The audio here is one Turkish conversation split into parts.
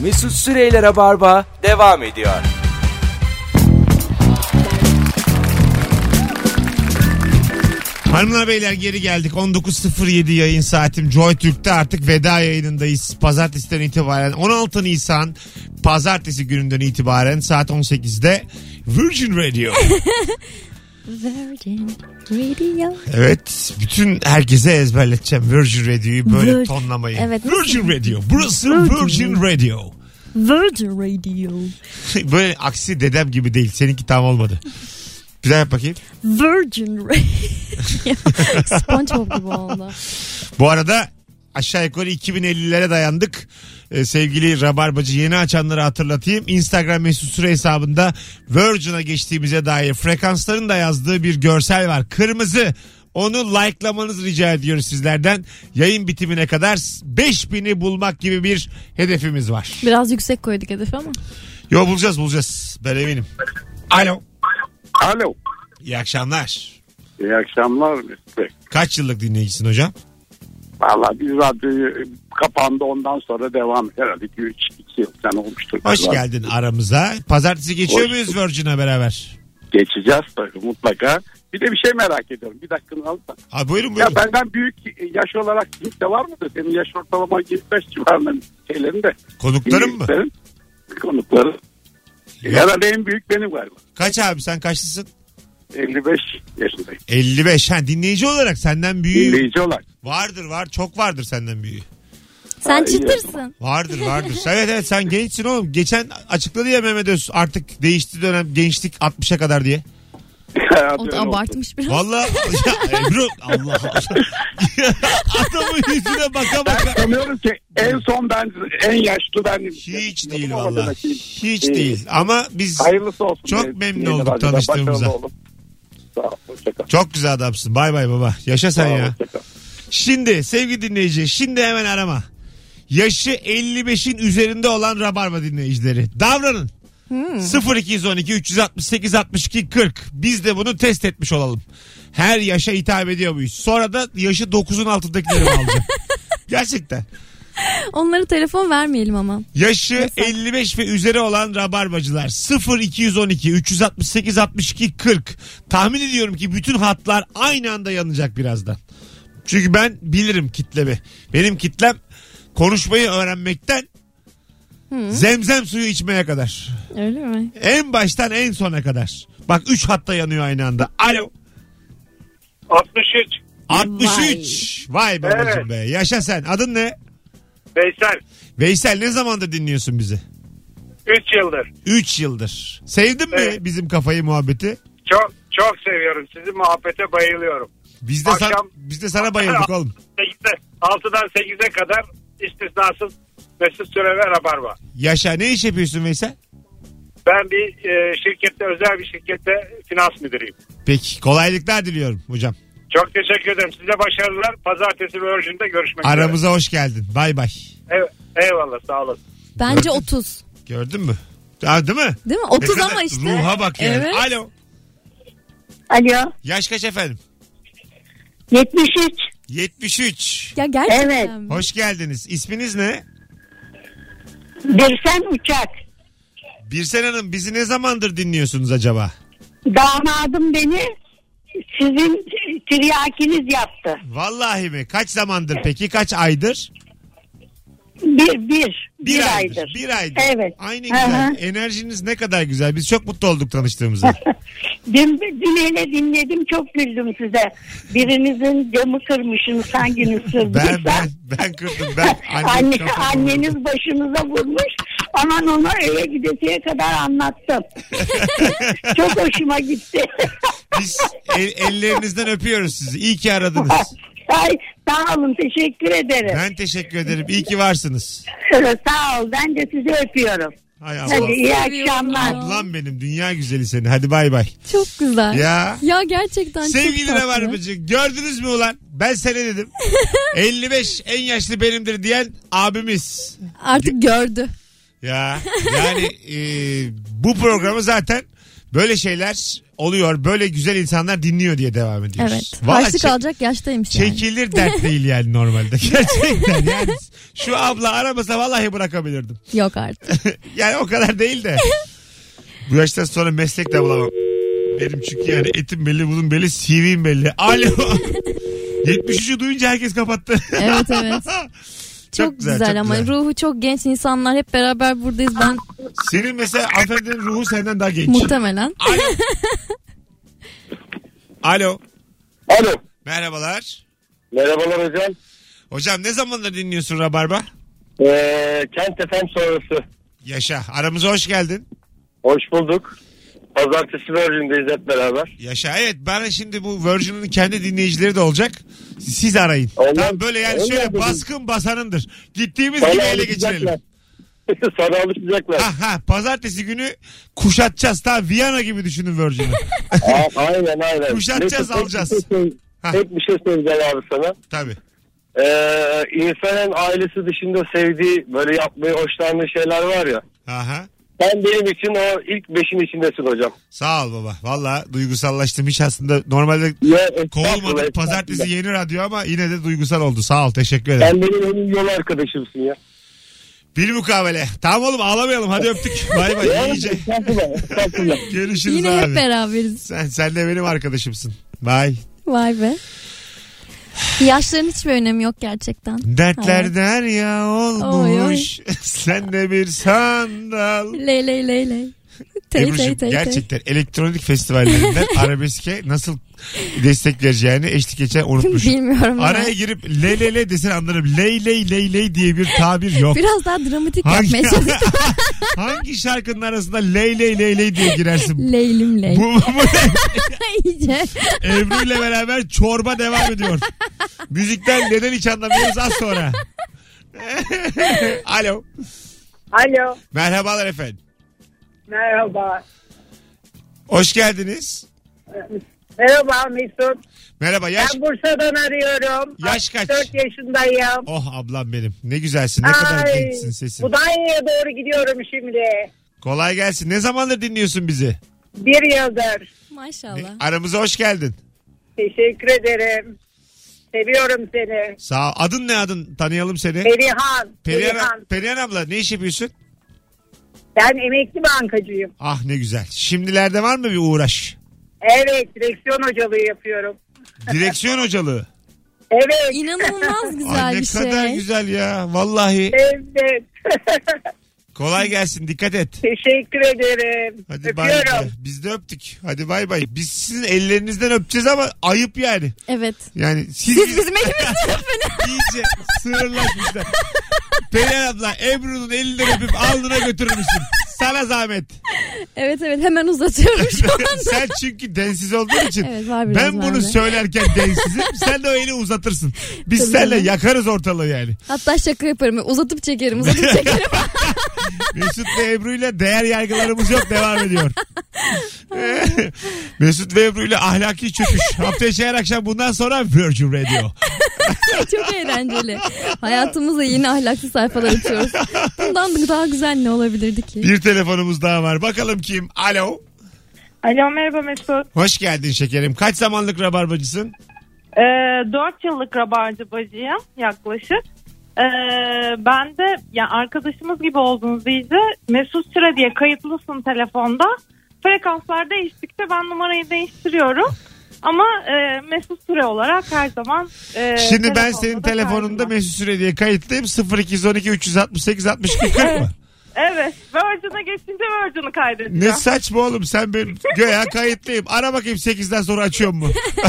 Mesut Süreyler'e barba devam ediyor. Hanımlar beyler geri geldik. 19.07 yayın saatim. Joy Türk'te artık veda yayınındayız. Pazartesiden itibaren 16 Nisan Pazartesi gününden itibaren saat 18'de Virgin Radio. Virgin Radio. Evet, bütün herkese ezberleteceğim Virgin Radio'yu böyle tonlamayı. Evet, Virgin Radio. Burası Virgin Radio. Virgin Radio. Böyle aksi dedem gibi değil. Seninki tam olmadı. Bir daha yap bakayım. Virgin Radio. SpongeBob gibi oldu. Bu arada aşağı yukarı 2050'lere dayandık. Sevgili Rabarbacı, yeni açanları hatırlatayım. Instagram Mesut Süre hesabında Virgin'a geçtiğimize dair frekansların da yazdığı bir görsel var. Kırmızı. Onu likelamanızı rica ediyoruz sizlerden. Yayın bitimine kadar 5000'i bulmak gibi bir hedefimiz var. Biraz yüksek koyduk hedefi ama. Yo, bulacağız. Ben eminim. Alo. Alo. İyi akşamlar. İyi akşamlar Mesut Bey. Kaç yıllık dinleyicisin hocam? Valla biz radyoyu kapandı, ondan sonra devam herhalde 2 yıl sen olmuştur. Hoş geldin aramıza. Pazartesi geçiyor muyuz Virgin'e beraber? Geçeceğiz tabii mutlaka. Bir de bir şey merak ediyorum. Bir dakikanı alırsan. Ha, buyurun. Ya benden büyük yaş olarak kimse var mıdır? Senin yaş ortalama 25 civarında şeylerinde. Konuklarım mı? Konuklarım. Herhalde en büyük benim galiba. Kaç abi, sen kaçlısın? 55 yaşındayım. 55. Ha, dinleyici olarak senden büyüğü. Dinleyici olarak. Vardır. Çok vardır senden büyüğü. Sen çıtırsın. Vardır. Evet sen gençsin oğlum. Geçen açıkladı ya Mehmet Öz, artık değişti dönem, gençlik 60'a kadar diye. O da abartmış biraz. Vallahi ya Ebru, Allah adamın yüzüne baka. Ben sanıyorum ki en son en yaşlı benim. Hiç değil vallahi. Hiç değil. Ama biz hayırlısı olsun. Çok memnun olduk tanıştığımıza. Çok güzel adamsın. Bay bay baba. Yaşa sen ya. Şimdi sevgili dinleyici, hemen arama. Yaşı 55'in üzerinde olan Rabarba dinleyicileri, davranın. 0212 368 62 40. Biz de bunu test etmiş olalım. Her yaşa hitap ediyor muyuz? Sonra da yaşı 9'un altındakileri alacağım. Gerçekten. Onlara telefon vermeyelim ama. Yaşı Mesela. 55 ve üzeri olan Rabarbacılar 0212 368 62 40. Tahmin ediyorum ki bütün hatlar aynı anda yanacak birazdan. Çünkü ben bilirim kitlemi. Benim kitlem konuşmayı öğrenmekten zemzem suyu içmeye kadar. Öyle mi? En baştan en sona kadar. Bak 3 hatta yanıyor aynı anda. Alo. 63. Vay babacığım Evet. be. Yaşa sen. Adın ne? Veysel. Veysel, ne zamandır dinliyorsun bizi? 3 yıldır. 3 yıldır. Sevdin mi Evet. bizim kafayı, muhabbeti? Çok seviyorum. Sizin muhabbete bayılıyorum. Biz de sana bayıldık oğlum. 6'dan 8'e kadar istisnasız Mesut Süre ve Rabarba. Yaşa, ne iş yapıyorsun Veysel? Ben bir şirkette, özel bir şirkette finans müdürüyüm. Peki, kolaylıklar diliyorum hocam. Çok teşekkür ederim. Size başarılar. Pazartesi Virgin'de görüşmek üzere. Aramıza hoş geldin. Bay bay. Eyvallah, sağ olasın. Bence 30. Gördün mü? Ha, değil mi? Değil mi? 30 Ne ama kadar işte. ruha bak yani. Evet. Alo. Alo. Yaş kaç efendim? 73. 73. Ya gerçekten Evet. mi? Hoş geldiniz. İsminiz ne? Birsen Uçak. Birsen Hanım, bizi ne zamandır dinliyorsunuz acaba? Damadım beni sizin tiryakiniz yaptı. Vallahi mi? Kaç zamandır peki? Kaç aydır? Bir aydır. Bir aydır. Evet. Aynı güzel. Hı hı. Enerjiniz ne kadar güzel. Biz çok mutlu olduk tanıştığımıza. Dün hele dinledim, çok güldüm size. Birinizin camı kırmışsınız, hanginiz kırdıysa. Ben kırdım. Ben Anneniz başınıza vurmuş. Aman ona eve gidesiye kadar anlattım. Çok hoşuma gitti. Biz ellerinizden öpüyoruz sizi. İyi ki aradınız. Ay, sağ olun, teşekkür ederim. Ben teşekkür ederim. İyi ki varsınız. Sağ ol, ben de sizi öpüyorum. Hay Allah. Hadi iyi seviyorum akşamlar. ya. Ablam benim, dünya güzeli seni. Hadi bay bay. Çok güzel. Ya. Ya gerçekten Sevgili çok tatlı. Rabarbacı, gördünüz mü ulan? Ben sana dedim. 55 en yaşlı benimdir diyen abimiz. Artık gördü. Ya yani bu programı zaten böyle şeyler oluyor. Böyle güzel insanlar dinliyor diye devam ediyoruz. Evet. Vallahi Harçlık alacak yaştaymış yani. çekilir dert değil yani normalde. Gerçekten yani şu abla aramasa vallahi bırakabilirdim. Yok artık. Yani o kadar değil de. Bu yaştan sonra meslek de bulamam. Benim çünkü yani etim belli, bunun belli, CV'm belli. Alo. 73'ü duyunca herkes kapattı. Evet evet. Çok güzel ama güzel. ruhu çok genç insanlar hep beraber buradayız. Ben Senin mesela hanımefendinin ruhu senden daha genç. muhtemelen. Alo. Alo. Alo. Merhabalar. Merhabalar hocam. Hocam ne zamandır dinliyorsun Rabarba? Kent FM sonrası. Yaşa. Aramıza hoş geldin. Hoş bulduk. Pazartesi Virgin'deyiz hep beraber. Yaşa. Evet, bana şimdi bu Virgin'in kendi dinleyicileri de olacak. Siz arayın. Olmaz. Tam böyle yani Olmaz şöyle dedim. baskın basanındır. Gittiğimiz Sana gibi ele alışacaklar. geçirelim. Sana alışacaklar. Pazartesi günü kuşatacağız. Ta Viyana gibi düşünün Virgin'i. Aynen. Kuşatacağız, Neyse, alacağız. Tek bir şey söyleyeceğim abi sana. Tabii. İnsanın ailesi dışında sevdiği, böyle yapmayı hoşlandığı şeyler var ya. Aha. Sen benim için o ilk 5'in içindesin hocam. Sağ ol baba. Valla duygusallaştım. Hiç aslında normalde kovulmadık. Pazartesi yeni radyo ama yine de duygusal oldu. Sağ ol. Teşekkür ederim. Sen benim en iyi yol arkadaşımsın ya. Bilmukabele. Tamam oğlum, ağlamayalım. Hadi öptük. Bay bay. İyice. Estağfurullah. Görüşürüz Yine abi. hep beraberiz. Sen de benim arkadaşımsın. Bay. Vay be. Yaşların hiçbir önemi yok gerçekten. Dertler Evet. derya olmuş. Oy, oy. Sen de bir sandal. Ley ley ley ley. Tey Ebru'cum, tey tey. gerçekten elektronik festivallerinden arabeske nasıl destek vereceğini, eşlik edeceğini unutmuşum. Bilmiyorum. Araya ben. girip ley ley ley desen anlarım. Ley ley ley ley diye bir tabir yok. Biraz daha dramatik Hangi, yapmaya çalıştım. hangi şarkının arasında ley ley ley ley diye girersin? Leylim ley. Bu İyice. Ebru ile beraber çorba devam ediyor. Müzikten neden hiç anlamıyoruz az sonra. Alo. Alo. Merhabalar efendim. Merhaba. Hoş geldiniz. Merhaba Mesut. Merhaba. Ben Bursa'dan arıyorum. Yaş kaç? 4 yaşındayım. Oh ablam benim. Ne güzelsin. Ne kadar gençsin sesin. Mudanya'ya doğru gidiyorum şimdi. Kolay gelsin. Ne zamandır dinliyorsun bizi? 1 yıldır. Maşallah. Aramıza hoş geldin. Teşekkür ederim. Seviyorum seni. Sağ ol. Adın ne adın? Tanıyalım seni. Perihan. Perihan abla ne iş yapıyorsun? Ben emekli bankacıyım. Ah ne güzel. Şimdilerde var mı bir uğraş? Evet, direksiyon hocalığı yapıyorum. Direksiyon hocalığı. Evet. İnanılmaz güzel Ay ne bir şey. kadar güzel ya. Vallahi. Evet. Kolay gelsin. Dikkat et. Teşekkür ederim. Hadi bay bay. Öpüyorum. Biz de öptük. Hadi bay bay. Biz sizin ellerinizden öpeceğiz ama ayıp yani. Evet. Yani Siz bizim elimizden öpün. iyice sığırlaşmışlar. Perihan abla Ebru'nun elinden öpüp alnına götürür müsün? Sana zahmet. Evet hemen uzatıyorum şu anda. Sen çünkü densiz olduğun için Evet, var biraz ben bunu bende. söylerken densizim. Sen de o eli uzatırsın. Biz Tabii seninle canım. yakarız ortalığı yani. Hatta şaka yaparım. Uzatıp çekerim. Mesut ve Ebru ile değer yargılarımız yok, devam ediyor. Mesut ve Ebru ile ahlaki çöküş. Hafta içi her akşam bundan sonra Virgin Radio. Çok eğlenceli. Hayatımızda yeni ahlaklı sayfalar açıyoruz. Bundan daha güzel ne olabilirdi ki? Bir telefonumuz daha var. Bakalım kim? Alo. Alo merhaba Mesut. Hoş geldin şekerim. Kaç zamanlık rabarbacısın? 4 yıllık rabarbacıyım yaklaşık. Ben de yani arkadaşımız gibi olduğunuz iyice Mesut Süre diye kayıtlısın telefonda. Frekanslar değiştikçe ben numarayı değiştiriyorum. Ama Mesut Süre olarak her zaman Şimdi ben senin telefonunda karşımda. Mesut Süre diye kayıtlıyım. 0212 368 62 40 mı? Evet. Virgin'a geçince Virgin'ı kaydedeceğim. Ne saçma oğlum, sen benim göğe kayıtlıyım. Ara bakayım 8'den sonra açıyor mu?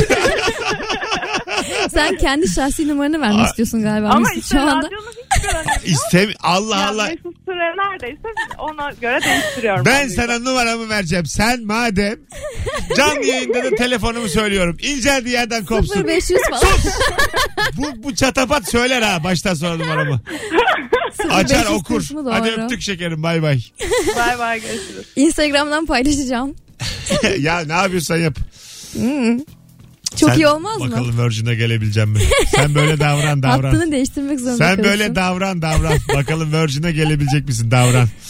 Sen kendi şahsi numaranı vermek istiyorsun galiba. Ama Mesut işte şu anda. radyonun hiçbir önemi yok. Allah Yani Allah. Mesut Süre neredeyse ona göre değiştiriyorum. Ben sana numaramı vereceğim. Sen madem canlı yayında da telefonumu söylüyorum. İnceldiği yerden kopsun. 0500 falan. Bu çatapat söyler ha baştan sonra numaramı. Açar 0500 okur. kısmı Hadi doğru. öptük şekerim, bay bay. Bay bay görüşürüz. Instagram'dan paylaşacağım. Ya ne yapıyorsan yap. Çok Sen iyi olmaz mı? Bakalım Virgin'e gelebileceğim mi? Sen böyle davran. Hattını değiştirmek zorunda Sen kalıyorsun. böyle davran. Bakalım Virgin'e gelebilecek misin? Davran.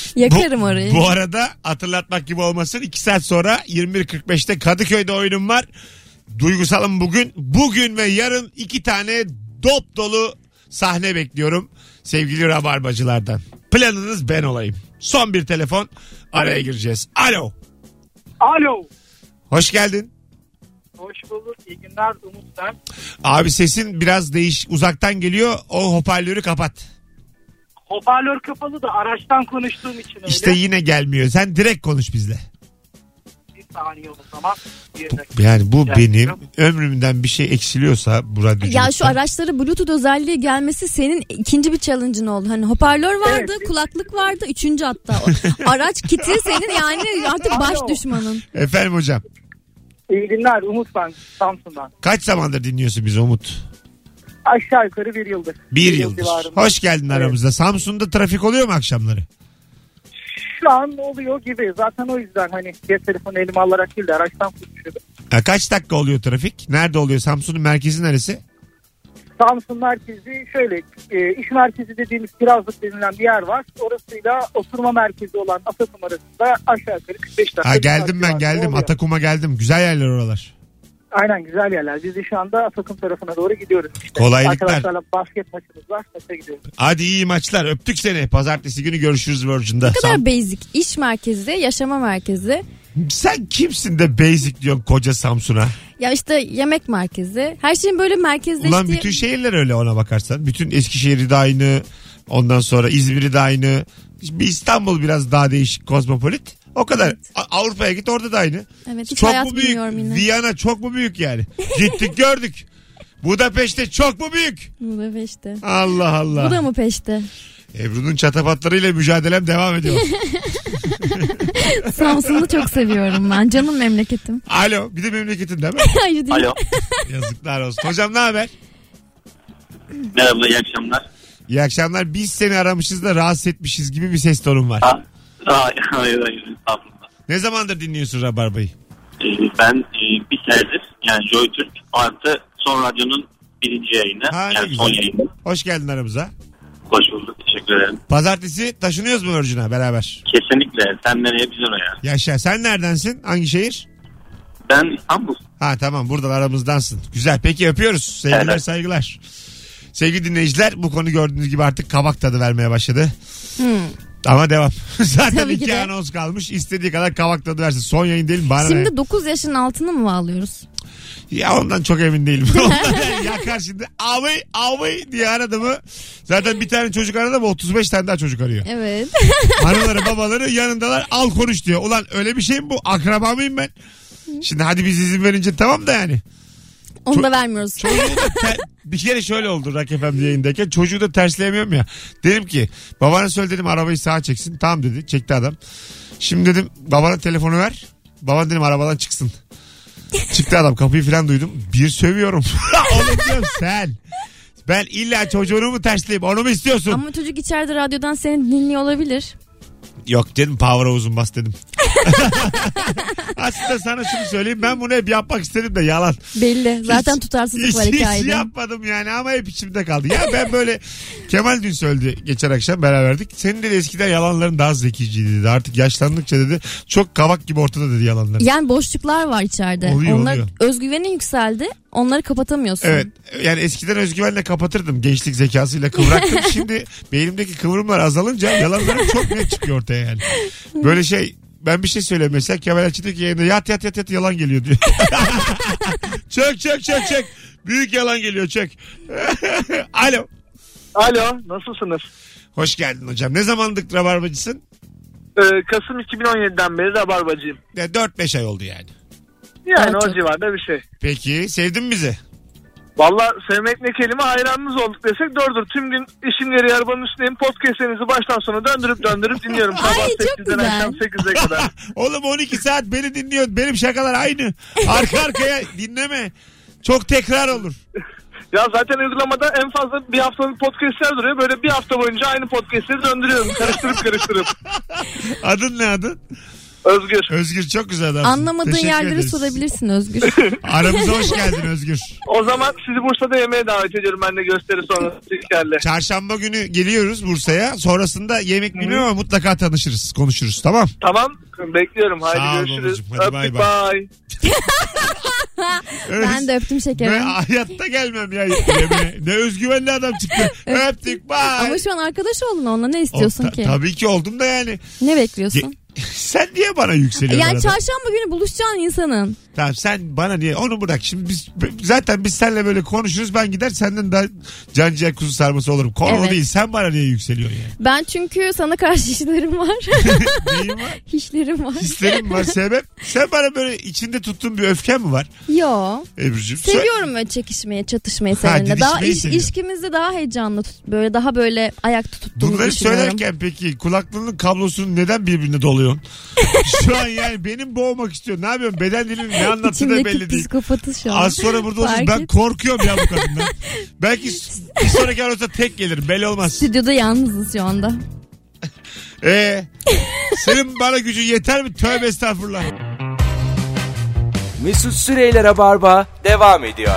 Yakarım orayı. Bu arada hatırlatmak gibi olmasın, 2 saat sonra 21.45'te Kadıköy'de oyunum var. Duygusalım bugün. Bugün ve yarın 2 tane dop dolu sahne bekliyorum sevgili rabarbacılardan. Planınız ben olayım. Son bir telefon, araya gireceğiz. Alo. Alo. Hoş geldin. Hoş bulduk. İyi günler Umut ben. Abi sesin biraz değişik, uzaktan geliyor. O hoparlörü kapat. Hoparlör kapalı da araçtan konuştuğum için öyle. İşte yine gelmiyor. Sen direkt konuş bizle. Bir saniye o zaman. Yani bu benim Gelmiyorum. ömrümden bir şey eksiliyorsa bu radyoculukta. Ya şu araçlara Bluetooth özelliği gelmesi senin ikinci bir challenge'ın oldu. Hani hoparlör vardı, Evet. kulaklık vardı, üçüncü hatta. Araç kiti senin yani artık baş Alo. düşmanın. Efendim hocam. İyi günler Umut ben Samsun'dan. Kaç zamandır dinliyorsun bizi Umut? Aşağı yukarı bir yıldır. Bir yıl yıldır. civarında. Hoş geldin aramızda. Samsun'da trafik oluyor mu akşamları? Şu an oluyor gibi. Zaten o yüzden hani cep telefonu elime alarak değil de araçtan konuşuyordum. Kaç dakika oluyor trafik? Nerede oluyor? Samsun'un merkezi neresi? Samsun merkezi şöyle iş merkezi dediğimiz Kirazlık denilen bir yer var. Orasıyla oturma merkezi olan Atakum arasında aşağı yukarı 45 dakika. Geldim ben geldim. Oluyor. Atakum'a geldim. Güzel yerler oralar. Aynen güzel yerler. Biz de şu anda Atakum tarafına doğru gidiyoruz. İşte. Kolaylıklar. Arkadaşlarla basket maçımız var. Maça gidiyoruz. Hadi iyi maçlar. Öptük seni. Pazartesi günü görüşürüz Virgin'da. Ne kadar basic. İş merkezi, yaşama merkezi. Sen kimsin de basic diyorsun koca Samsun'a? Ya işte yemek merkezi. Her şeyin böyle merkezleştiği. Ulan bütün şehirler öyle ona bakarsan. Bütün Eskişehir'i de aynı. Ondan sonra İzmir'i de aynı. Bir İstanbul biraz daha değişik, kozmopolit. O kadar. Evet. Avrupa'ya git, orada da aynı. Evet, hiç Çok hayat mu büyük? bilmiyorum yine. Viyana çok mu büyük yani? Gittik gördük. Budapeşte çok mu büyük? Bu da peşte. Allah Allah. Bu da mı peşte? Ebru'nun çatapatlarıyla mücadelem devam ediyor. Samsun'u çok seviyorum ben. Canım memleketim. Alo. Bir de memleketin değil mi? Hayır değil. Alo. Yazıklar olsun. Hocam ne haber? Merhaba, iyi akşamlar. İyi akşamlar. Biz seni aramışız da rahatsız etmişiz gibi bir ses tonun var. Hayır, estağfurullah. Ne zamandır dinliyorsun Rabarba'yı? Ben bir senedir yani JoyTürk artı Son Radyo'nun birinci yayını. Ha, ne Yani son güzel. yayını. Hoş geldin aramıza. Hoş bulduk, teşekkür ederim. Pazartesi taşınıyoruz mu Virgin'a beraber? Kesinlikle, sen nereye biz oraya. Yaşa. Sen neredensin? Hangi şehir? Ben İstanbul. Ha tamam, buradan aramızdansın. Güzel. Peki öpüyoruz. Sevgiler Evet. saygılar. Sevgili dinleyiciler, bu konu gördüğünüz gibi artık kabak tadı vermeye başladı. Ama devam. Zaten Tabii ki 2 de. anons kalmış. İstediği kadar kabak tadı versin. Son yayın değil mi? Bana ne? Şimdi 9 yaşın altını mı bağlıyoruz? Ya ondan çok emin değilim. Ondan yakar şimdi. Abi diye aradı mı? Zaten bir tane çocuk aradı mı 35 tane daha çocuk arıyor. Evet. Anaları babaları yanındalar, al konuş diyor. Ulan öyle bir şey mi bu? Akraba mıyım ben? Şimdi hadi biz izin verince tamam da yani. Onu da vermiyoruz. Çocuğu da bir kere şöyle oldu Rock FM'de yayındayken. Çocuğu da tersleyemiyorum ya. Dedim ki babana söyle dedim, arabayı sağa çeksin. Tamam dedi, çekti adam. Şimdi dedim babana telefonu ver. Baban dedim arabadan çıksın. Çıktı adam, kapıyı falan duydum. Bir sövüyorum. Oğlum diyorum sen. Ben illa çocuğunu mu tersleyeyim, onu mu istiyorsun? Ama çocuk içeride radyodan seni dinliyor olabilir. Yok dedim, power house'un bas dedim. Aslında sana şunu söyleyeyim, ben bunu hep yapmak istedim de yalan. Belli. Zaten tutarsızlık var Hiç hikayede. yapmadım yani ama hep içimde kaldı. Ya ben böyle Kemal dün söyledi geçen akşam, beraberdik. Senin dedi eskiden yalanların daha zekiciydi dedi. Artık yaşlandıkça dedi çok kavak gibi ortada dedi yalanların. Yani boşluklar var içeride. Oluyor, Onlar oluyor. özgüvenin yükseldi. Onları kapatamıyorsun. Evet, yani eskiden özgüvenle kapatırdım, gençlik zekasıyla kıvraktım. Şimdi beynimdeki kıvrımlar azalınca yalanlarım çok net çıkıyor ortaya yani. Böyle şey, ben bir şey söyleyeyim mesela, Kemal Açı'daki yayında yat yalan geliyor diyor. Çök. Büyük yalan geliyor, çök. Alo. Alo, nasılsınız? Hoş geldin hocam. Ne zamanlık rabarbacısın? Kasım 2017'den beri rabarbacıyım. 4-5 ay oldu yani. Yani Evet. o civarda bir şey. Peki sevdin mi bizi? Valla sevmek ne kelime, hayranınız olduk desek doğrudur. Tüm gün işim gereği arabanın üstündeyim. Podcast'lerinizi baştan sona döndürüp dinliyorum. Ay, Sabah çok 8'den güzel. akşam 8'e kadar. Oğlum 12 saat beni dinliyor. Benim şakalar aynı. Arka arkaya dinleme. Çok tekrar olur. Ya zaten uygulamada en fazla bir haftalık podcast'ler duruyor. Böyle bir hafta boyunca aynı podcast'leri döndürüyorum. Karıştırıp. Adın ne adın? Özgür. Özgür çok güzel adamsın. Anlamadığın Teşekkür yerleri ederiz. sorabilirsin Özgür. Aramıza hoş geldin Özgür. O zaman sizi Bursa'da yemeğe davet ediyorum. Ben de gösteri sonrası İlker'le. Çarşamba günü geliyoruz Bursa'ya. Sonrasında yemek bilmiyorum ama mutlaka tanışırız, konuşuruz, tamam? Tamam. Bekliyorum. Haydi Sağ ol görüşürüz. babacığım, hadi Öptük. bay Bye. Ben de öptüm Ben şekerim. hayatta gelmem ya yemeğe. Ne özgüvenli adam çıktı. Öptük, bye. Ama şu an arkadaş oldun onunla, ne istiyorsun ki? Tabii ki oldum da yani. Ne bekliyorsun? Sen niye bana yükseliyorsun? Yani arada? çarşamba günü buluşacağın insanın. Tamam, sen bana niye? Onu bırak. Şimdi biz seninle böyle konuşuruz. Ben gider senden daha canciğer kuzu sarması olurum. Konu Evet. değil. Sen bana niye yükseliyorsun yani? Ben çünkü sana karşı işlerim var. Neyim var? İşlerim var. Hislerim var. Sebep? Sen bana böyle içinde tuttuğun bir öfken mi var? Yo. Ebru'cum. Seviyorum böyle çekişmeyi, çatışmayı Ha, seninle. Daha didişmeyi seviyorum. ilişkimizde daha heyecanlı, böyle daha böyle ayakta tuttuğumuzu Bunları düşünüyorum. söylerken peki kulaklığının kablosunu neden birbirine doluyorsun? Şu an yani benim boğmak istiyor. Ne yapıyorum? Beden dilinin ne anlattığı da İçimdeki belli değil. psikopatı şu an. Az sonra burada olacağız. Fark Ben et. korkuyorum ya bu kadından. Belki bir sonraki arada tek gelir. Belli olmaz. Stüdyoda yalnızız şu anda. Senin bana gücün yeter mi? Tövbe estağfurullah. Mesut Süreyler'e barba devam ediyor.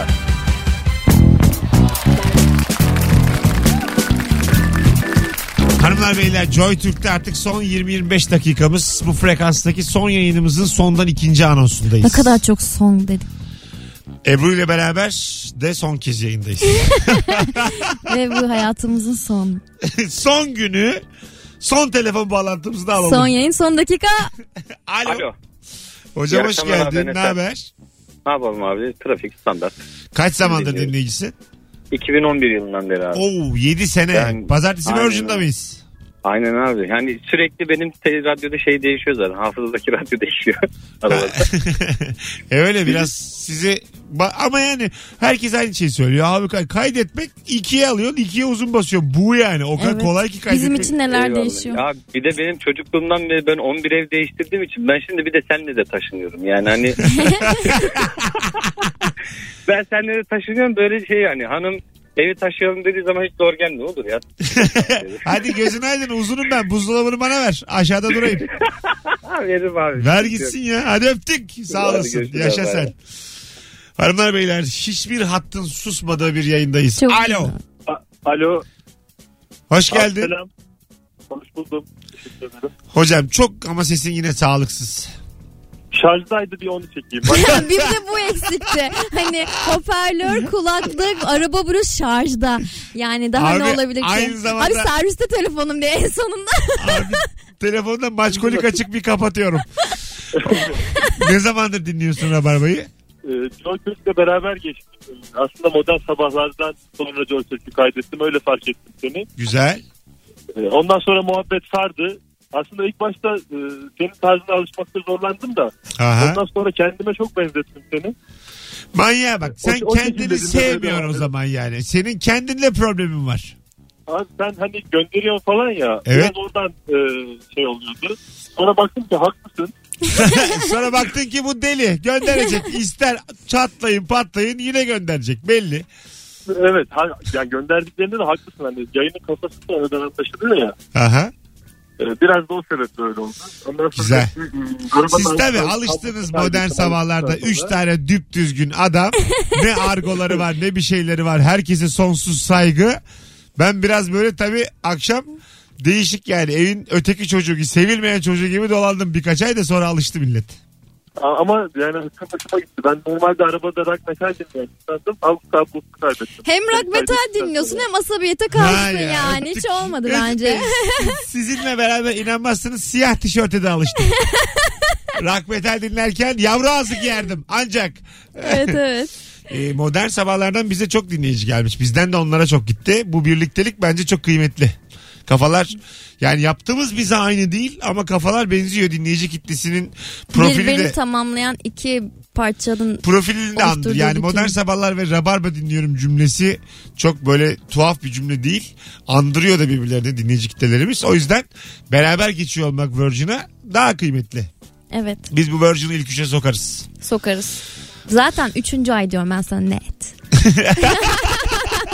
Hanımlar beyler, Joy Türk'te artık son 20-25 dakikamız. Bu frekanstaki son yayınımızın sondan ikinci anonsundayız. Ne kadar çok son dedik. Ebru ile beraber de son kez yayındayız. Ve bu hayatımızın son. Son günü, son telefon bağlantımızı da alalım. Son yayın, son dakika. Alo. Alo. Hocam İyi hoş akşamlar geldin. abi, Ne Enes. haber? Ne yapalım abi? Trafik standart. Kaç zamandır Dinliyorum. dinleyicisin? 2011 yılından beri abi. Oo, 7 sene. Ben- Pazartesi Aynen Virgin'da öyle. mıyız? Aynen abi. Yani sürekli benim radyoda şey değişiyor zaten. Hafızadaki radyo değişiyor. Aralarda. Öyle biraz sizi ama yani herkes aynı şeyi söylüyor. Abi kaydetmek 2'ye alıyorsun, 2'ye uzun basıyor. Bu yani o kadar Evet. kolay ki kaydetmek. Bizim için neler Eyvallah. değişiyor. Ya bir de benim çocukluğumdan beri ben 11 ev değiştirdiğim için ben şimdi bir de seninle de taşınıyorum. Yani hani ben seninle de taşınıyorum böyle şey yani hanım evi taşıyalım dediği zaman hiç zor gelmiyor olur ya. Hadi gözün aydın, uzunum ben. Buzdolabını bana ver. Aşağıda durayım. Veririm abi. Ver gitsin ya. Hadi öptük. Sağ Hadi olasın. görüşürüz Yaşa abi. sen. Hanımlar beyler, hiçbir hattın susmadığı bir yayındayız. Çok Alo. güzel. Alo. Hoş geldin. Selam. Hoş buldum. Teşekkür ederim. Hocam çok ama sesin yine sağlıksız. Şarjdaydı bir onu çekeyim. Bir de bu eksikti. Hani hoparlör, kulaklık, araba burası şarjda. Yani daha Abi, ne olabilir ki? aynı zamanda- Abi serviste telefonum diye en sonunda. Abi telefonda maçkolik açık bir kapatıyorum. Ne zamandır dinliyorsun Rabarba'yı? Joy Türk'le beraber geçtik. Aslında modern sabahlardan sonra Joy Türk'ü kaydettim. Öyle fark ettim seni. Güzel. Ondan sonra muhabbet sardı. Aslında ilk başta senin tarzına alışmakta zorlandım da. Aha. Ondan sonra kendime çok benzettim seni. Manyağa bak. Sen O kendini şekilde sevmiyorsun o dinledim. zaman yani. Senin kendinle problemin var. Abi sen hani gönderiyorsun falan ya. Evet. Biraz oradan şey oluyordu. Sonra baktım ki haklısın. Sonra baktın ki bu deli. Gönderecek. İster çatlayın patlayın yine gönderecek. Belli. Evet. Yani gönderdiklerinde de haklısın. Hani yayının kafası da önden taşıdıyor ya. Aha. Biraz da o sebeple öyle oldu. Ondan sonra Güzel. Siz tabii arabadan- alıştınız arabadan- modern sabahlarda. arabadan 3 sonra- tane düpdüzgün adam. Ne argoları var ne bir şeyleri var. Herkese sonsuz saygı. Ben biraz böyle tabii akşam değişik yani evin öteki çocuğu gibi, sevilmeyen çocuğu gibi dolandım birkaç ay da sonra alıştı millet. Ama yani hoşuma gitti. Ben normalde arabada rock metal dinliyorum. Sandım. Al kaybettim. Hem rock metal dinliyorsun hem asabiyete kalsın Ha ya, yani. öptük. Hiç olmadı Öptük. bence. Sizinle beraber inanmazsınız siyah tişörte de alıştım. Rock metal dinlerken yavru ağzı giyerdim ancak. Evet. Modern sabahlardan bize çok dinleyici gelmiş. Bizden de onlara çok gitti. Bu birliktelik bence çok kıymetli. Kafalar yani yaptığımız bize aynı değil ama kafalar benziyor. Dinleyici kitlesinin profili Birbirini de tamamlayan iki parçanın profilini de andır. oluşturduğu Yani bütün. modern sabahlar ve rabarba dinliyorum cümlesi çok böyle tuhaf bir cümle değil. Andırıyor da birbirlerini dinleyici kitlelerimiz. O yüzden beraber geçiyor olmak Virgin'a daha kıymetli. Evet, Biz bu Virgin'i ilk üçe sokarız. sokarız. Zaten 3. ay diyorum ben sana net.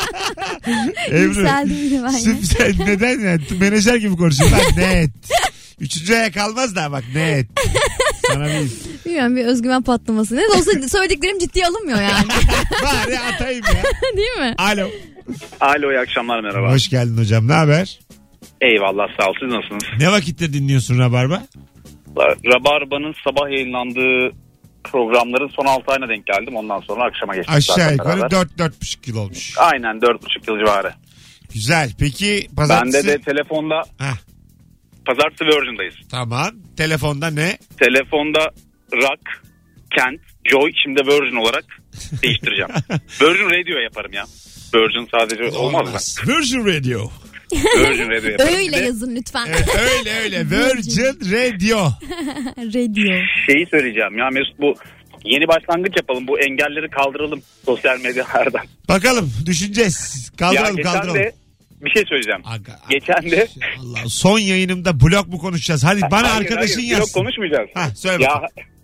Ebru. Yükseldim bile ben ya. Sen neden yani? Menajer gibi konuşuyorsun. Ben net. Üçüncü aya kalmaz da bak net. Sana bir... Bilmiyorum, bir özgüven patlaması. Ne de olsa söylediklerim ciddiye alınmıyor yani. Bari atayım ya. Değil mi? Alo. Alo, iyi akşamlar, merhaba. Hoş geldin hocam, ne haber? Eyvallah, sağ ol, siz nasılsınız? Ne vakitte dinliyorsun Rabarba? Rabarba'nın sabah yayınlandığı programların son 6 ayına denk geldim. Ondan sonra akşama geçtik. Aşağı yukarı 4-4,5 yıl olmuş. Aynen 4,5 yıl civarı. Güzel. Peki pazartesi... Bende de telefonda... Pazartesi Virgin'dayız. Tamam. Telefonda ne? Telefonda Rock, Kent, Joy, şimdi Virgin olarak değiştireceğim. Virgin Radio yaparım ya. Virgin sadece olmaz mı? Virgin Radio. Virgin Radio yaparım. Öyle yazın lütfen. Evet, öyle. Virgin Radio. Radio. Şeyi söyleyeceğim ya Mesut, bu yeni başlangıç yapalım. Bu engelleri kaldıralım sosyal medyalardan. Bakalım, düşüneceğiz. Kaldıralım. De bir şey söyleyeceğim. Aga. Geçen de... Allah, son yayınımda blog mu konuşacağız? Hadi bana arkadaşın yazsın. Blog konuşmayacağız. Söyle bakalım.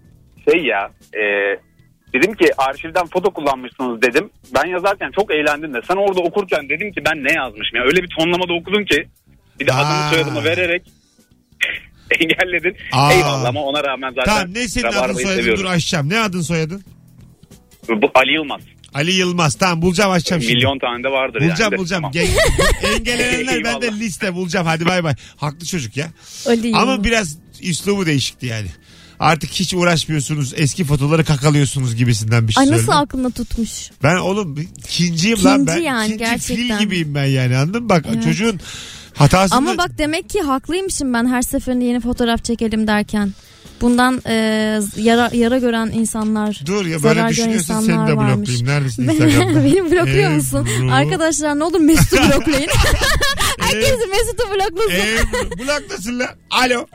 Dedim ki arşivden foto kullanmışsınız dedim. Ben yazarken çok eğlendim de sen orada okurken dedim ki ben ne yazmışım ya. Öyle bir tonlamada okudun ki bir de adımı soyadımı vererek engelledin. Eyvallah, ama ona rağmen zaten... Tamam, ne senin adın soyadın? Dur açacağım. Ne adın soyadın? Bu Ali Yılmaz. Ali Yılmaz. Tamam, bulacağım, açacağım şimdi. Milyon tane de vardır bulacağım. Tamam. Engellenenler ben de liste bulacağım. Hadi bay bay. Haklı çocuk ya. Ali ama biraz üslubu değişikti yani. Artık hiç uğraşmıyorsunuz. Eski fotoları kakalıyorsunuz gibisinden bir şey söyledi. Ay, nasıl söyledim. aklına tutmuş? Ben oğlum ikinciyim lan ben. Yani, İkinci gerçekten. fil gibiyim ben yani, anladın mı? Bak, evet. Çocuğun hatasını... Ama bak, demek ki haklıymışım ben her seferinde yeni fotoğraf çekelim derken. Bundan yara gören insanlar, dur ya, böyle düşünüyorsan seni de bloklayayım. Neredesin Instagram'da? Beni blokluyor musun? Arkadaşlar ne olur Mesut'u bloklayın. Herkes Mesut'u bloklasın. Bloklasın lan. Alo.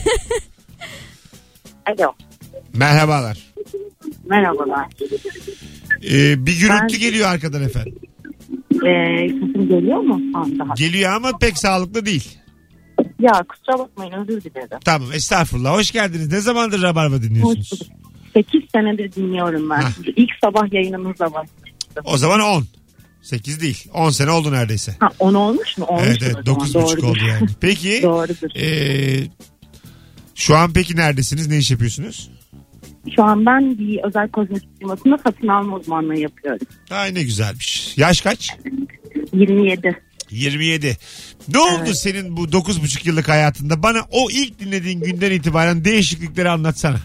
Alo. Merhabalar. Merhabalar. Bir gürültü geliyor arkadan efendim. Sesim geliyor mu? Geliyor ama pek sağlıklı değil. Ya kusura bakmayın, özür dilerim. Tamam, estağfurullah. Hoş geldiniz. Ne zamandır Rabarba dinliyorsunuz? 8 senedir dinliyorum ben. İlk sabah yayınımızla başlamıştım. O zaman 10. 8 değil. 10 sene oldu neredeyse. 10 olmuş mu? Olmuş evet 9,5 oldu yani. Peki. Doğrudur. Şu an peki neredesiniz? Ne iş yapıyorsunuz? Şu an ben bir özel kozmetik firmasında satın alma uzmanlığı yapıyorum. Ay, ne güzelmiş. Yaş kaç? 27. 27. Ne oldu senin bu 9,5 yıllık hayatında? Bana o ilk dinlediğin günden itibaren değişiklikleri anlatsana.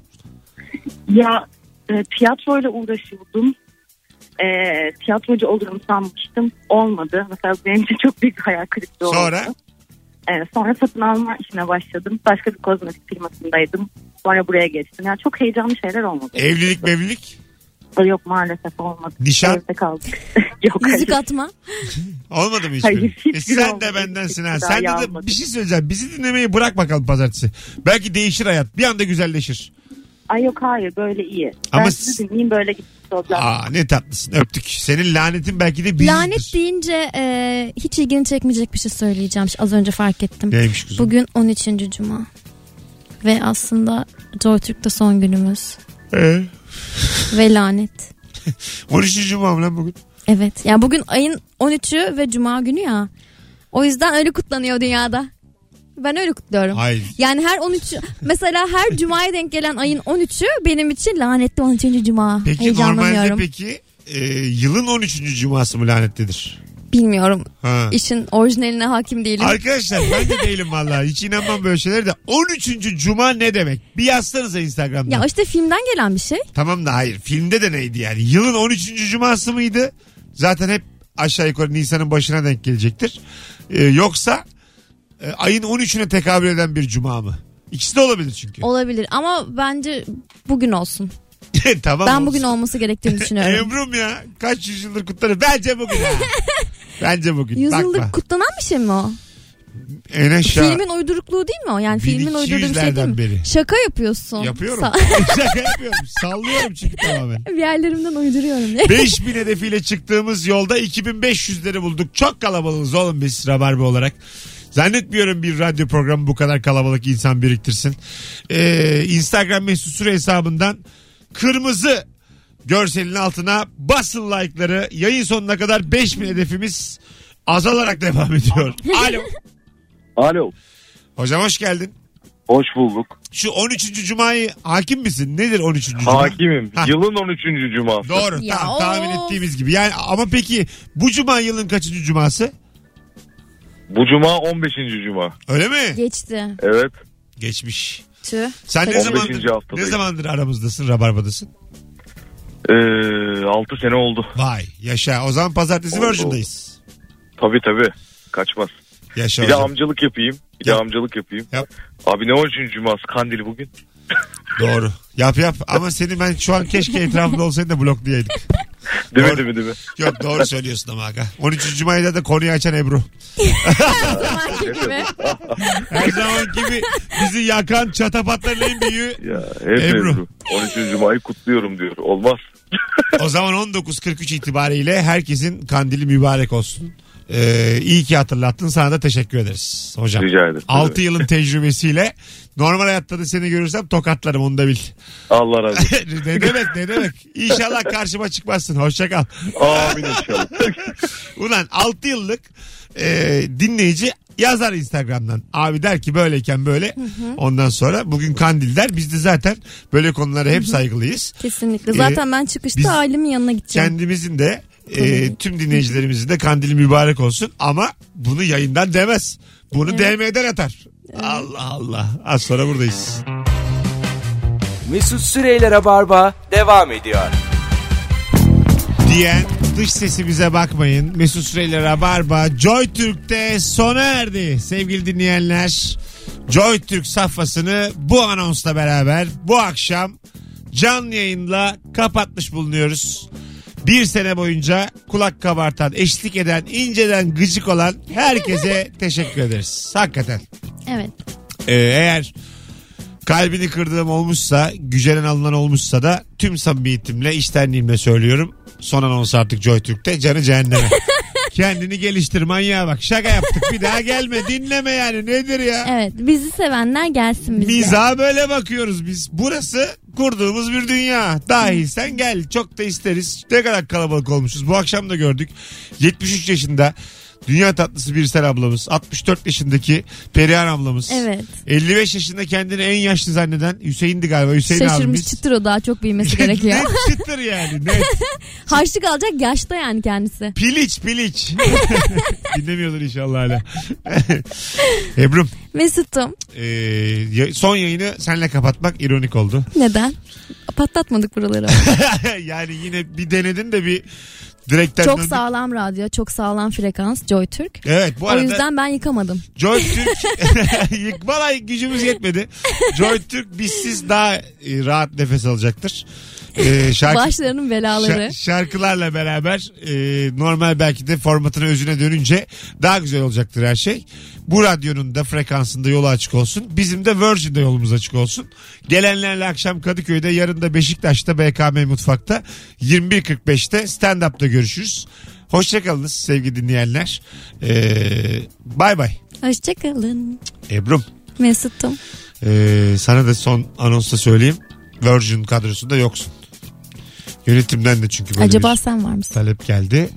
Ya tiyatroyla uğraşıyordum. Tiyatrocu olurum sanmıştım. Olmadı. Mesela benim için çok büyük bir hayal kırıklığı oldu. Sonra satın alma işine başladım. Başka bir kozmetik firmasındaydım. Sonra buraya geçtim. Yani çok heyecanlı şeyler olmadı. Evlilik mevlilik? Yok, maalesef olmadı. Nişan? Evde kaldık. Yok, yüzük atma? Olmadı mı hiç? Hayır, sen de bendensin ha. Sen de bir şey söyleyeceğim. Bizi dinlemeyi bırak bakalım pazartesi. Belki değişir hayat. Bir anda güzelleşir. Ay yok, hayır, böyle iyi. Ama ben sizi dinleyeyim, böyle gitsin. Ne tatlısın, öptük. Senin lanetin belki de bizimdir. Lanet deyince hiç ilgini çekmeyecek bir şey söyleyeceğim. Az önce fark ettim. Neymiş kuzum? Bugün 13. Cuma. Ve aslında JoyTürk'te son günümüz. Ve lanet. 13. Cuma mı lan bugün? Evet. Yani bugün ayın 13'ü ve Cuma günü ya. O yüzden öyle kutlanıyor dünyada. Ben öyle kutluyorum. Hayır. Yani her 13 mesela her Cuma'ya denk gelen ayın 13'ü benim için lanetli 13. Cuma. Peki normalde yılın 13. Cuması mı lanetlidir? Bilmiyorum. İşin orijinaline hakim değilim. Arkadaşlar ben de değilim vallahi. Hiç inanmam böyle şeylere de. 13. Cuma ne demek? Bir yazsanıza Instagram'da. Ya işte filmden gelen bir şey. Tamam da hayır. Filmde de neydi yani? Yılın 13. Cuması mıydı? Zaten hep aşağı yukarı Nisan'ın başına denk gelecektir. Yoksa ayın 13'üne tekabül eden bir cuma mı? İkisi de olabilir çünkü. Olabilir ama bence bugün olsun. Tamam, ben olsun. Bugün olması gerektiğini düşünüyorum. Emrum ya, kaç yüzyıldır kutlanır. Bence bugün ha. Bence bugün. Yüzyıldır kutlanan bir şey mi o? En aşağı. Filmin uydurukluğu değil mi o? Yani filmin uydurduğu bir şey değil mi? Beri. Şaka yapıyorsun. Yapıyorum. Şaka yapıyorum. Sallıyorum çünkü tamamen. Bir yerlerimden uyduruyorum. 5000 hedefiyle çıktığımız yolda 2500'leri bulduk. Çok kalabalığız oğlum biz Rabarba olarak. Zannetmiyorum bir radyo programı bu kadar kalabalık insan biriktirsin. Instagram mesut süre hesabından kırmızı görselin altına basın like'ları. Yayın sonuna kadar 5000 hedefimiz azalarak devam ediyor. Alo. Alo. Hocam hoş geldin. Hoş bulduk. Şu 13. Cuma'yı hakim misin? Nedir 13. Cuma? Hakimim. Yılın 13. Cuması. Doğru. Tamam, tahmin ettiğimiz gibi. Yani ama peki bu Cuma yılın kaçıncı Cuması? Bu Cuma 15. Cuma. Öyle mi? Geçti. Evet. Geçmiş. Tüh. Sen ne zamandır aramızdasın, Rabarba'dasın? 6 sene oldu. Vay yaşa. O zaman pazartesi Virgin'dayız. Tabii. Kaçmaz. Yaşa bir hocam. de amcalık yapayım. Yap. Abi ne 13. Cuması? Kandil bugün. Doğru. Yap. Ama seni ben şu an keşke etrafında olsaydı da bloklayaydık. Değil mi? Yok doğru söylüyorsun ama aga. 13. Cumay'da da konuyu açan Ebru. Her zaman gibi bizi yakan çatapatların en büyüğü Ebru. 13. Cuma'yı kutluyorum diyor. Olmaz. O zaman 19.43 itibariyle herkesin kandili mübarek olsun. İyi ki hatırlattın. Sana da teşekkür ederiz hocam. Rica ederim. 6 yılın tecrübesiyle normal hayatta da seni görürsem tokatlarım, onu da bil. Allah razı olsun. Ne demek. İnşallah karşıma çıkmazsın. Hoşça kal. Amin inşallah. Ulan 6 yıllık dinleyici yazar Instagram'dan. Abi der ki böyleyken böyle. Ondan sonra bugün kandil der. Biz de zaten böyle konulara hep saygılıyız. Kesinlikle. Zaten ben çıkışta ailemin yanına gideceğim. Kendimizin de tüm dinleyicilerimizin de kandili mübarek olsun. Ama bunu yayından demez. Bunu DM'den atar. Evet. Allah Allah. Az sonra buradayız. Mesut Süreyle Rabarba devam ediyor. Diyen dış sesimize bakmayın. Mesut Süreyle Rabarba Joy Türk'te sona erdi. Sevgili dinleyenler, Joy Türk safhasını bu anonsla beraber bu akşam canlı yayınla kapatmış bulunuyoruz. Bir sene boyunca kulak kabartan, eşlik eden, inceden gıcık olan herkese teşekkür ederiz. Hakikaten. Evet. Eğer kalbini kırdığım olmuşsa, gücenen alınan olmuşsa da tüm samimiyetimle, içtenliğimle söylüyorum. Son anons artık Joy Türk'te, canı cehenneme. Kendini geliştir manyağa bak. Şaka yaptık, bir daha gelme, dinleme yani, nedir ya? Evet, bizi sevenler gelsin bize. Miza böyle bakıyoruz biz. Burası kurduğumuz bir dünya. Dahi sen gel, çok da isteriz. Ne kadar kalabalık olmuşuz. Bu akşam da gördük. 73 yaşında dünya tatlısı Birsel ablamız, 64 yaşındaki Perihan ablamız, evet. 55 yaşında kendini en yaşlı zanneden Hüseyin'di galiba. Hüseyin şaşırmış abimiz. çıtır, o daha çok büyümesi gerekiyor. Net çıtır yani, net. Harçlık alacak yaşta yani kendisi. Piliç. Dinlemiyordur inşallah hala. Ebru'm. Mesut'um. Son yayını seninle kapatmak ironik oldu. Neden? Patlatmadık buraları. Yani yine bir denedin de bir direkten çok döndük. Sağlam radyo, çok sağlam frekans Joy Türk. Evet, bu arada. O yüzden ben yıkamadım. Joy Türk vallahi gücümüz yetmedi. Joy Türk bizsiz daha rahat nefes alacaktır. Başlarının belaları. Şarkılarla beraber normal belki de formatına, özüne dönünce daha güzel olacaktır her şey. Bu radyonun da frekansında yolu açık olsun. Bizim de Virgin'de yolumuz açık olsun. Gelenlerle akşam Kadıköy'de, yarın da Beşiktaş'ta BKM Mutfak'ta 21.45'te stand-up'ta görüşürüz. Hoşçakalınız sevgili dinleyenler. Bay bay. Hoşçakalın. Ebru'm. Mesut'um. Sana da son anonsta söyleyeyim. Virgin kadrosunda yoksun. Yönetimden de çünkü böyle acaba sen var mısın? Talep geldi.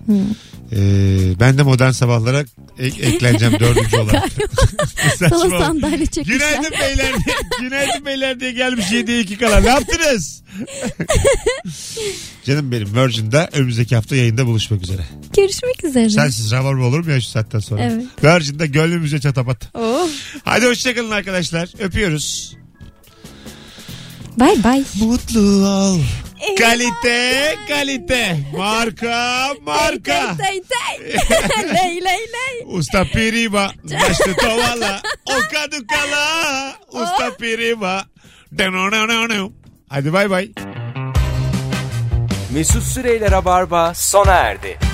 Ben de Modern Sabahlara ekleneceğim 4. olarak. Sana sandalye çekmişler. Günaydın beyler diye gelmiş 7'ye 2 kala. Ne yaptınız? Canım benim, Virgin'de önümüzdeki hafta yayında buluşmak üzere. Görüşmek üzere. Sensiz Rabarba olur mu ya şu saatten sonra? Evet. Virgin'de gönlümüze çatapat. Oh. Hadi hoşçakalın arkadaşlar. Öpüyoruz. Bay bay. Mutlu ol. Kalite. Marka. Ley. Usta Piriba. Başlı tovala. Oka dukala. Usta Piriba. Hadi bay bay. Mesut Süreyle Rabarba sona erdi.